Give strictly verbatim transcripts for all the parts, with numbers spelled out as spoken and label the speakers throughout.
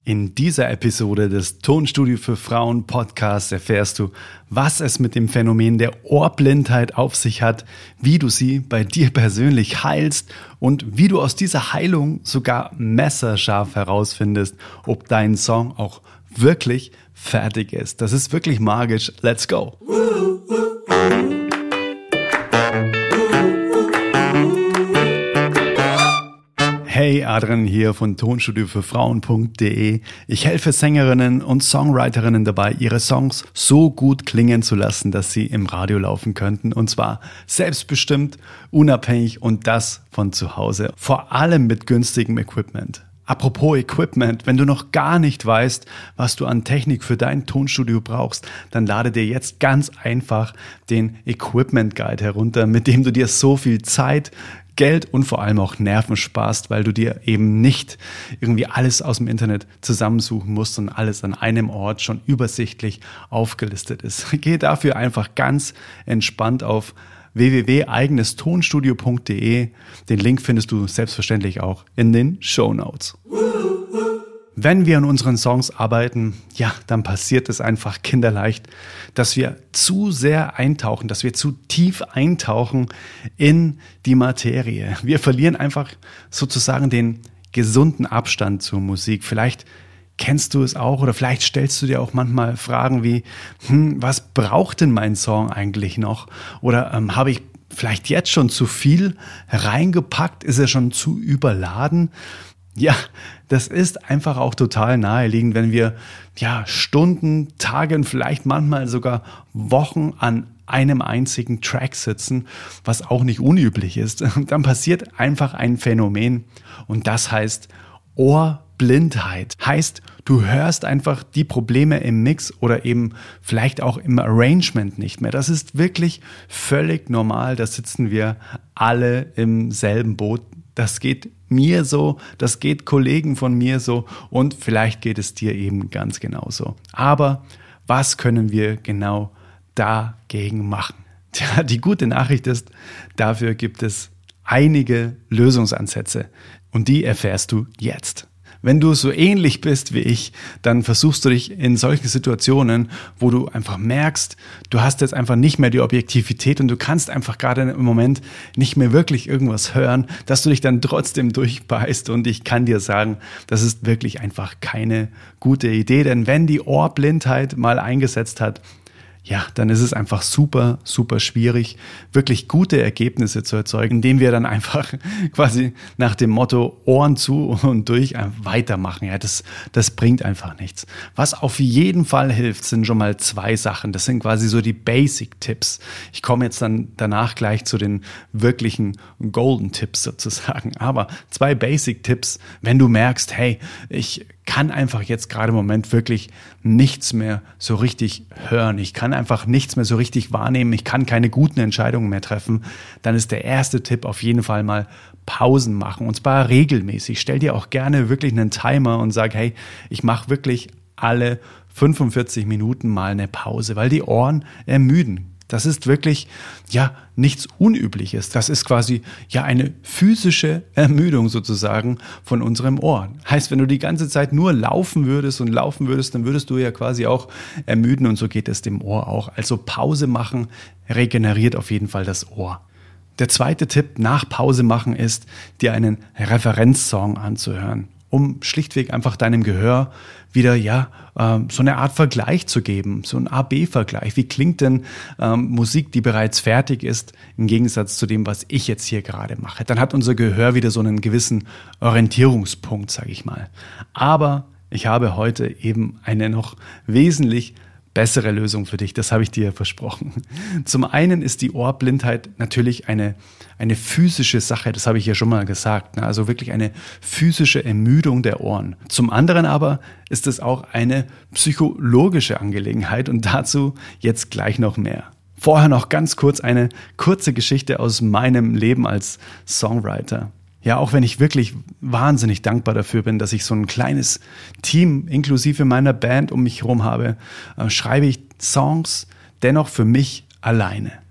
Speaker 1: In dieser Episode des Tonstudio für Frauen Podcasts erfährst du, was es mit dem Phänomen der Ohrblindheit auf sich hat, wie du sie bei dir persönlich heilst und wie du aus dieser Heilung sogar messerscharf herausfindest, ob dein Song auch wirklich fertig ist. Das ist wirklich magisch. Let's go! Hey, Adrian hier von tonstudio für frauen punkt de. Ich helfe Sängerinnen und Songwriterinnen dabei, ihre Songs so gut klingen zu lassen, dass sie im Radio laufen könnten. Und zwar selbstbestimmt, unabhängig und das von zu Hause. Vor allem mit günstigem Equipment. Apropos Equipment, wenn du noch gar nicht weißt, was du an Technik für dein Tonstudio brauchst, dann lade dir jetzt ganz einfach den Equipment Guide herunter, mit dem du dir so viel Zeit, Geld und vor allem auch Nerven sparst, weil du dir eben nicht irgendwie alles aus dem Internet zusammensuchen musst und alles an einem Ort schon übersichtlich aufgelistet ist. Geh dafür einfach ganz entspannt auf w w w punkt eigenes tonstudio punkt de. Den Link findest du selbstverständlich auch in den Shownotes. Wenn wir an unseren Songs arbeiten, ja, dann passiert es einfach kinderleicht, dass wir zu sehr eintauchen, dass wir zu tief eintauchen in die Materie. Wir verlieren einfach sozusagen den gesunden Abstand zur Musik. Vielleicht kennst du es auch oder vielleicht stellst du dir auch manchmal Fragen wie, hm, was braucht denn mein Song eigentlich noch? Oder ähm, habe ich vielleicht jetzt schon zu viel reingepackt? Ist er schon zu überladen? Ja, das ist einfach auch total naheliegend, wenn wir ja Stunden, Tage und vielleicht manchmal sogar Wochen an einem einzigen Track sitzen, was auch nicht unüblich ist. Dann passiert einfach ein Phänomen und das heißt Ohrblindheit. Heißt, du hörst einfach die Probleme im Mix oder eben vielleicht auch im Arrangement nicht mehr. Das ist wirklich völlig normal. Da sitzen wir alle im selben Boot. Das geht mir so, das geht Kollegen von mir so und vielleicht geht es dir eben ganz genauso. Aber was können wir genau dagegen machen? Tja, die gute Nachricht ist, dafür gibt es einige Lösungsansätze und die erfährst du jetzt. Wenn du so ähnlich bist wie ich, dann versuchst du dich in solchen Situationen, wo du einfach merkst, du hast jetzt einfach nicht mehr die Objektivität und du kannst einfach gerade im Moment nicht mehr wirklich irgendwas hören, dass du dich dann trotzdem durchbeißt. Und ich kann dir sagen, das ist wirklich einfach keine gute Idee, denn wenn die Ohrblindheit mal eingesetzt hat, ja, dann ist es einfach super, super schwierig, wirklich gute Ergebnisse zu erzeugen, indem wir dann einfach quasi nach dem Motto Ohren zu und durch weitermachen. Ja, das, das bringt einfach nichts. Was auf jeden Fall hilft, sind schon mal zwei Sachen. Das sind quasi so die Basic-Tipps. Ich komme jetzt dann danach gleich zu den wirklichen Golden-Tipps sozusagen. Aber zwei Basic-Tipps, wenn du merkst, hey, ich kann einfach jetzt gerade im Moment wirklich nichts mehr so richtig hören. Ich kann einfach nichts mehr so richtig wahrnehmen. Ich kann keine guten Entscheidungen mehr treffen. Dann ist der erste Tipp auf jeden Fall mal Pausen machen. Und zwar regelmäßig. Stell dir auch gerne wirklich einen Timer und sag, hey, ich mache wirklich alle fünfundvierzig Minuten mal eine Pause, weil die Ohren ermüden. Das ist wirklich, ja, nichts Unübliches. Das ist quasi, ja, eine physische Ermüdung sozusagen von unserem Ohr. Heißt, wenn du die ganze Zeit nur laufen würdest und laufen würdest, dann würdest du ja quasi auch ermüden und so geht es dem Ohr auch. Also Pause machen regeneriert auf jeden Fall das Ohr. Der zweite Tipp nach Pause machen ist, dir einen Referenzsong anzuhören, um schlichtweg einfach deinem Gehör wieder ja äh, so eine Art Vergleich zu geben, so ein A B Vergleich. Wie klingt denn ähm, Musik, die bereits fertig ist, im Gegensatz zu dem, was ich jetzt hier gerade mache? Dann hat unser Gehör wieder so einen gewissen Orientierungspunkt, sage ich mal. Aber ich habe heute eben eine noch wesentlich bessere Lösung für dich, das habe ich dir versprochen. Zum einen ist die Ohrblindheit natürlich eine, eine physische Sache, das habe ich ja schon mal gesagt, ne? Also wirklich eine physische Ermüdung der Ohren. Zum anderen aber ist es auch eine psychologische Angelegenheit und dazu jetzt gleich noch mehr. Vorher noch ganz kurz eine kurze Geschichte aus meinem Leben als Songwriter. Ja, auch wenn ich wirklich wahnsinnig dankbar dafür bin, dass ich so ein kleines Team inklusive meiner Band um mich herum habe, äh, schreibe ich Songs dennoch für mich alleine.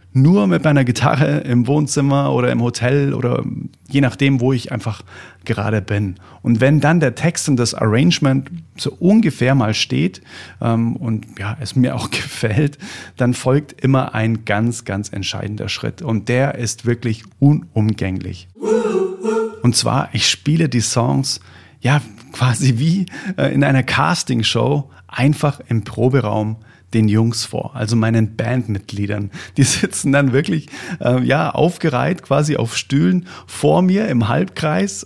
Speaker 1: nur mit meiner Gitarre im Wohnzimmer oder im Hotel oder je nachdem, wo ich einfach gerade bin. Und wenn dann der Text und das Arrangement so ungefähr mal steht ähm, und ja, es mir auch gefällt, dann folgt immer ein ganz, ganz entscheidender Schritt. Und der ist wirklich unumgänglich. Und zwar, ich spiele die Songs ja quasi wie äh, in einer Castingshow einfach im Proberaum den Jungs vor, also meinen Bandmitgliedern. Die sitzen dann wirklich äh, ja aufgereiht quasi auf Stühlen vor mir im Halbkreis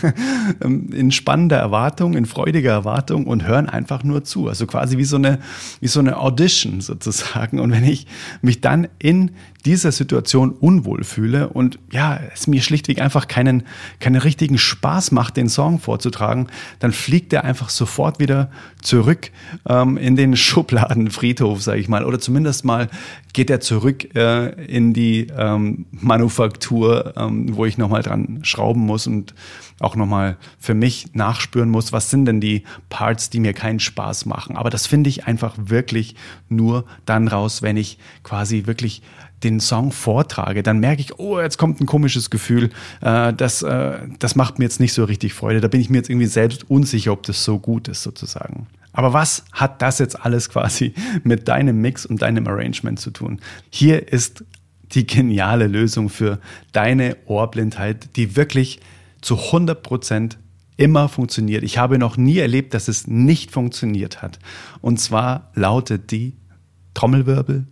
Speaker 1: in spannender Erwartung, in freudiger Erwartung und hören einfach nur zu. Also quasi wie so eine wie so eine Audition sozusagen. Und wenn ich mich dann in dieser Situation unwohl fühle und ja, es mir schlichtweg einfach keinen, keinen richtigen Spaß macht, den Song vorzutragen, dann fliegt er einfach sofort wieder zurück ähm, in den Schubladenfriedhof, sage ich mal. Oder zumindest mal geht er zurück äh, in die ähm, Manufaktur, ähm, wo ich nochmal dran schrauben muss und auch nochmal für mich nachspüren muss, was sind denn die Parts, die mir keinen Spaß machen. Aber das finde ich einfach wirklich nur dann raus, wenn ich quasi wirklich den Song vortrage, dann merke ich, oh, jetzt kommt ein komisches Gefühl, äh, das, äh, das macht mir jetzt nicht so richtig Freude, da bin ich mir jetzt irgendwie selbst unsicher, ob das so gut ist sozusagen. Aber was hat das jetzt alles quasi mit deinem Mix und deinem Arrangement zu tun? Hier ist die geniale Lösung für deine Ohrblindheit, die wirklich zu hundert Prozent immer funktioniert. Ich habe noch nie erlebt, dass es nicht funktioniert hat. Und zwar lautet die Trommelwirbel,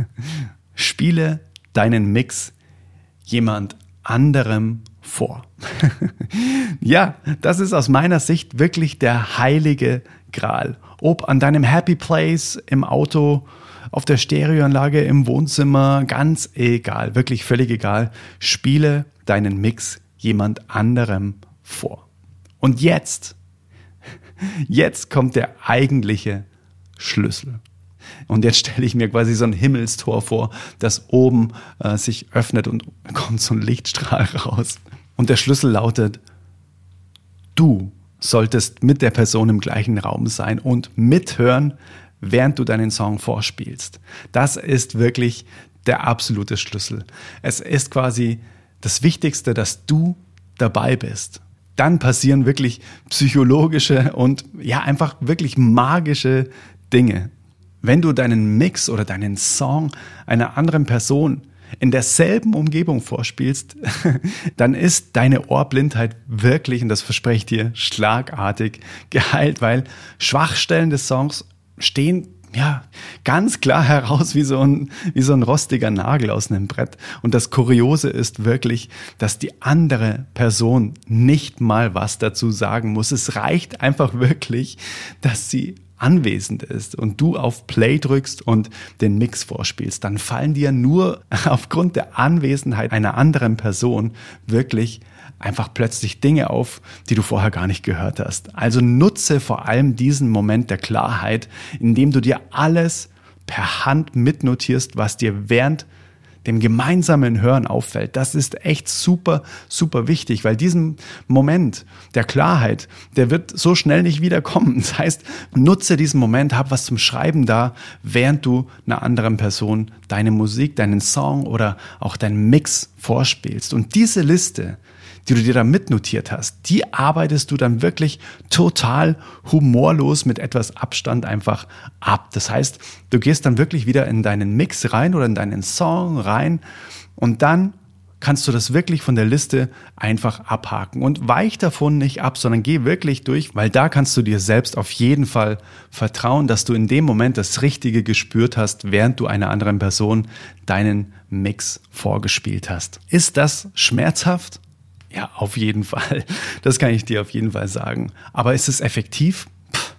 Speaker 1: spiele deinen Mix jemand anderem vor. Ja, das ist aus meiner Sicht wirklich der heilige Gral. Ob an deinem Happy Place, im Auto, auf der Stereoanlage, im Wohnzimmer, ganz egal, wirklich völlig egal. Spiele deinen Mix jemand anderem vor. Und jetzt, jetzt kommt der eigentliche Schlüssel. Und jetzt stelle ich mir quasi so ein Himmelstor vor, das oben äh, sich öffnet und kommt so ein Lichtstrahl raus. Und der Schlüssel lautet, du solltest mit der Person im gleichen Raum sein und mithören, während du deinen Song vorspielst. Das ist wirklich der absolute Schlüssel. Es ist quasi das Wichtigste, dass du dabei bist. Dann passieren wirklich psychologische und ja einfach wirklich magische Dinge. Wenn du deinen Mix oder deinen Song einer anderen Person in derselben Umgebung vorspielst, dann ist deine Ohrblindheit wirklich, und das verspreche ich dir, schlagartig geheilt, weil Schwachstellen des Songs stehen ja ganz klar heraus wie so ein, wie so ein rostiger Nagel aus einem Brett. Und das Kuriose ist wirklich, dass die andere Person nicht mal was dazu sagen muss. Es reicht einfach wirklich, dass sie anwesend ist und du auf Play drückst und den Mix vorspielst, dann fallen dir nur aufgrund der Anwesenheit einer anderen Person wirklich einfach plötzlich Dinge auf, die du vorher gar nicht gehört hast. Also nutze vor allem diesen Moment der Klarheit, indem du dir alles per Hand mitnotierst, was dir während dem gemeinsamen Hören auffällt. Das ist echt super, super wichtig, weil diesen Moment der Klarheit, der wird so schnell nicht wiederkommen. Das heißt, nutze diesen Moment, hab was zum Schreiben da, während du einer anderen Person deine Musik, deinen Song oder auch deinen Mix vorspielst. Und diese Liste, die du dir da mitnotiert hast, die arbeitest du dann wirklich total humorlos mit etwas Abstand einfach ab. Das heißt, du gehst dann wirklich wieder in deinen Mix rein oder in deinen Song rein und dann kannst du das wirklich von der Liste einfach abhaken und weich davon nicht ab, sondern geh wirklich durch, weil da kannst du dir selbst auf jeden Fall vertrauen, dass du in dem Moment das Richtige gespürt hast, während du einer anderen Person deinen Mix vorgespielt hast. Ist das schmerzhaft? Ja, auf jeden Fall. Das kann ich dir auf jeden Fall sagen. Aber ist es effektiv? Pff,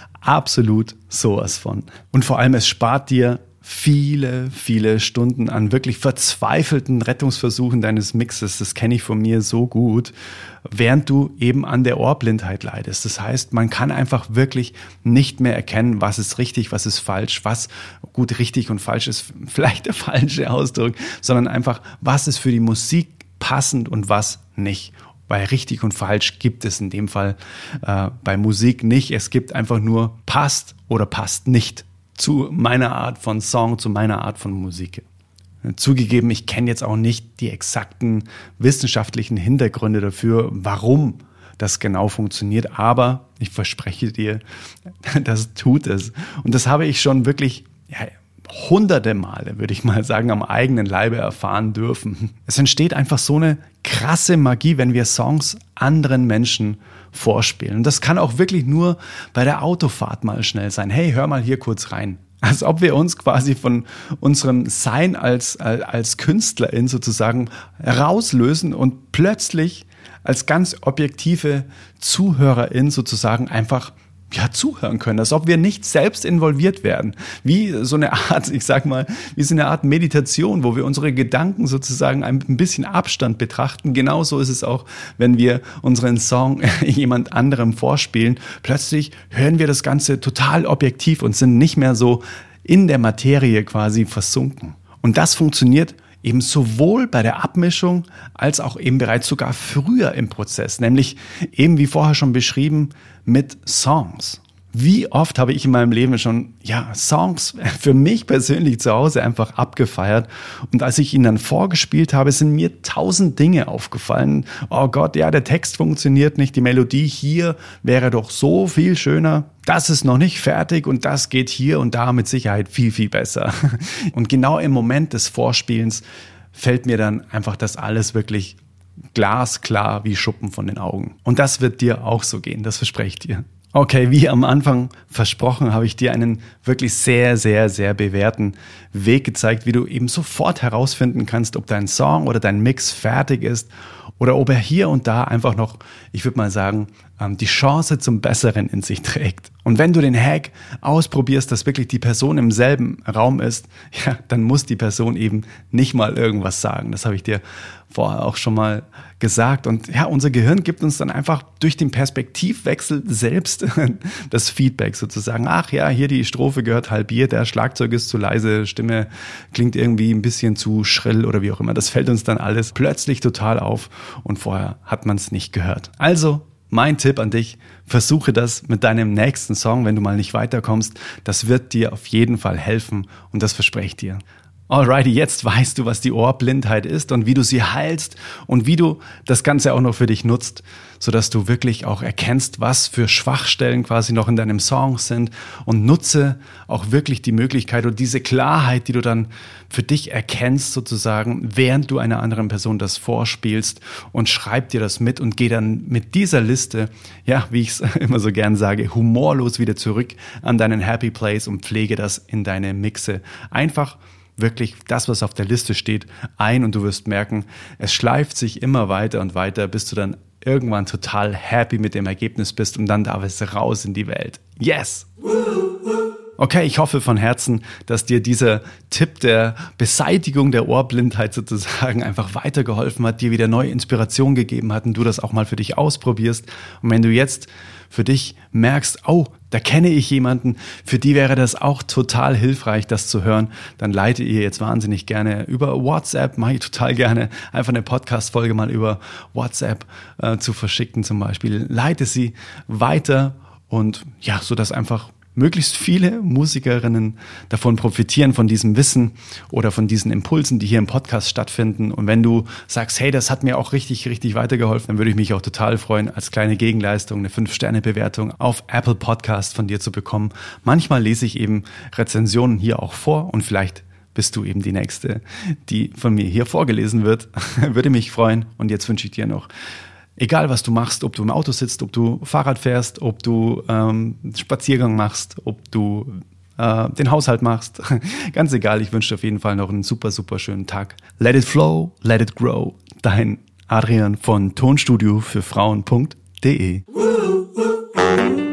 Speaker 1: absolut sowas von. Und vor allem, es spart dir viele, viele Stunden an wirklich verzweifelten Rettungsversuchen deines Mixes. Das kenne ich von mir so gut, während du eben an der Ohrblindheit leidest. Das heißt, man kann einfach wirklich nicht mehr erkennen, was ist richtig, was ist falsch, was gut, richtig und falsch ist vielleicht der falsche Ausdruck, sondern einfach, was ist für die Musik passend und was nicht. Weil richtig und falsch gibt es in dem Fall äh, bei Musik nicht. Es gibt einfach nur passt oder passt nicht zu meiner Art von Song, zu meiner Art von Musik. Zugegeben, ich kenne jetzt auch nicht die exakten wissenschaftlichen Hintergründe dafür, warum das genau funktioniert, aber ich verspreche dir, das tut es. Und das habe ich schon wirklich ja, hunderte Male, würde ich mal sagen, am eigenen Leibe erfahren dürfen. Es entsteht einfach so eine krasse Magie, wenn wir Songs anderen Menschen vorspielen. Und das kann auch wirklich nur bei der Autofahrt mal schnell sein. Hey, hör mal hier kurz rein. Als ob wir uns quasi von unserem Sein als, als Künstlerin sozusagen rauslösen und plötzlich als ganz objektive Zuhörerin sozusagen einfach ja, zuhören können, als ob wir nicht selbst involviert werden. Wie so eine Art, ich sag mal, wie so eine Art Meditation, wo wir unsere Gedanken sozusagen ein bisschen Abstand betrachten. Genauso ist es auch, wenn wir unseren Song jemand anderem vorspielen. Plötzlich hören wir das Ganze total objektiv und sind nicht mehr so in der Materie quasi versunken. Und das funktioniert eben sowohl bei der Abmischung als auch eben bereits sogar früher im Prozess, nämlich eben wie vorher schon beschrieben mit Songs. Wie oft habe ich in meinem Leben schon ja Songs für mich persönlich zu Hause einfach abgefeiert und als ich ihn dann vorgespielt habe, sind mir tausend Dinge aufgefallen. Oh Gott, ja, der Text funktioniert nicht, die Melodie hier wäre doch so viel schöner. Das ist noch nicht fertig und das geht hier und da mit Sicherheit viel, viel besser. Und genau im Moment des Vorspielens fällt mir dann einfach das alles wirklich glasklar wie Schuppen von den Augen. Und das wird dir auch so gehen, das verspreche ich dir. Okay, wie am Anfang versprochen, habe ich dir einen wirklich sehr, sehr, sehr bewährten Weg gezeigt, wie du eben sofort herausfinden kannst, ob dein Song oder dein Mix fertig ist oder ob er hier und da einfach noch, ich würde mal sagen, die Chance zum Besseren in sich trägt. Und wenn du den Hack ausprobierst, dass wirklich die Person im selben Raum ist, ja, dann muss die Person eben nicht mal irgendwas sagen. Das habe ich dir vorher auch schon mal gesagt. Und ja, unser Gehirn gibt uns dann einfach durch den Perspektivwechsel selbst das Feedback sozusagen. Ach ja, hier die Strophe gehört halbiert, der Schlagzeug ist zu leise, Stimme klingt irgendwie ein bisschen zu schrill oder wie auch immer. Das fällt uns dann alles plötzlich total auf und vorher hat man es nicht gehört. Also mein Tipp an dich, versuche das mit deinem nächsten Song, wenn du mal nicht weiterkommst. Das wird dir auf jeden Fall helfen und das verspreche ich dir. Alrighty, jetzt weißt du, was die Ohrblindheit ist und wie du sie heilst und wie du das Ganze auch noch für dich nutzt, sodass du wirklich auch erkennst, was für Schwachstellen quasi noch in deinem Song sind und nutze auch wirklich die Möglichkeit und diese Klarheit, die du dann für dich erkennst sozusagen, während du einer anderen Person das vorspielst und schreib dir das mit und geh dann mit dieser Liste, ja, wie ich es immer so gern sage, humorlos wieder zurück an deinen Happy Place und pflege das in deine Mixe. Einfach wirklich das, was auf der Liste steht, ein und du wirst merken, es schleift sich immer weiter und weiter, bis du dann irgendwann total happy mit dem Ergebnis bist und dann darf es raus in die Welt. Yes! Okay, ich hoffe von Herzen, dass dir dieser Tipp der Beseitigung der Ohrblindheit sozusagen einfach weitergeholfen hat, dir wieder neue Inspiration gegeben hat und du das auch mal für dich ausprobierst. Und wenn du jetzt für dich merkst, oh, da kenne ich jemanden, für die wäre das auch total hilfreich, das zu hören, dann leite ihr jetzt wahnsinnig gerne über WhatsApp, mache ich total gerne, einfach eine Podcast-Folge mal über WhatsApp äh, zu verschicken zum Beispiel. Leite sie weiter und ja, so dass einfach möglichst viele Musikerinnen davon profitieren, von diesem Wissen oder von diesen Impulsen, die hier im Podcast stattfinden. Und wenn du sagst, hey, das hat mir auch richtig, richtig weitergeholfen, dann würde ich mich auch total freuen, als kleine Gegenleistung eine fünf Sterne Bewertung auf Apple Podcast von dir zu bekommen. Manchmal lese ich eben Rezensionen hier auch vor und vielleicht bist du eben die Nächste, die von mir hier vorgelesen wird. Würde mich freuen. Und jetzt wünsche ich dir noch, egal was du machst, ob du im Auto sitzt, ob du Fahrrad fährst, ob du ähm, Spaziergang machst, ob du äh, den Haushalt machst, ganz egal, ich wünsche dir auf jeden Fall noch einen super, super schönen Tag. Let it flow, let it grow. Dein Adrian von Tonstudio für Frauen punkt de.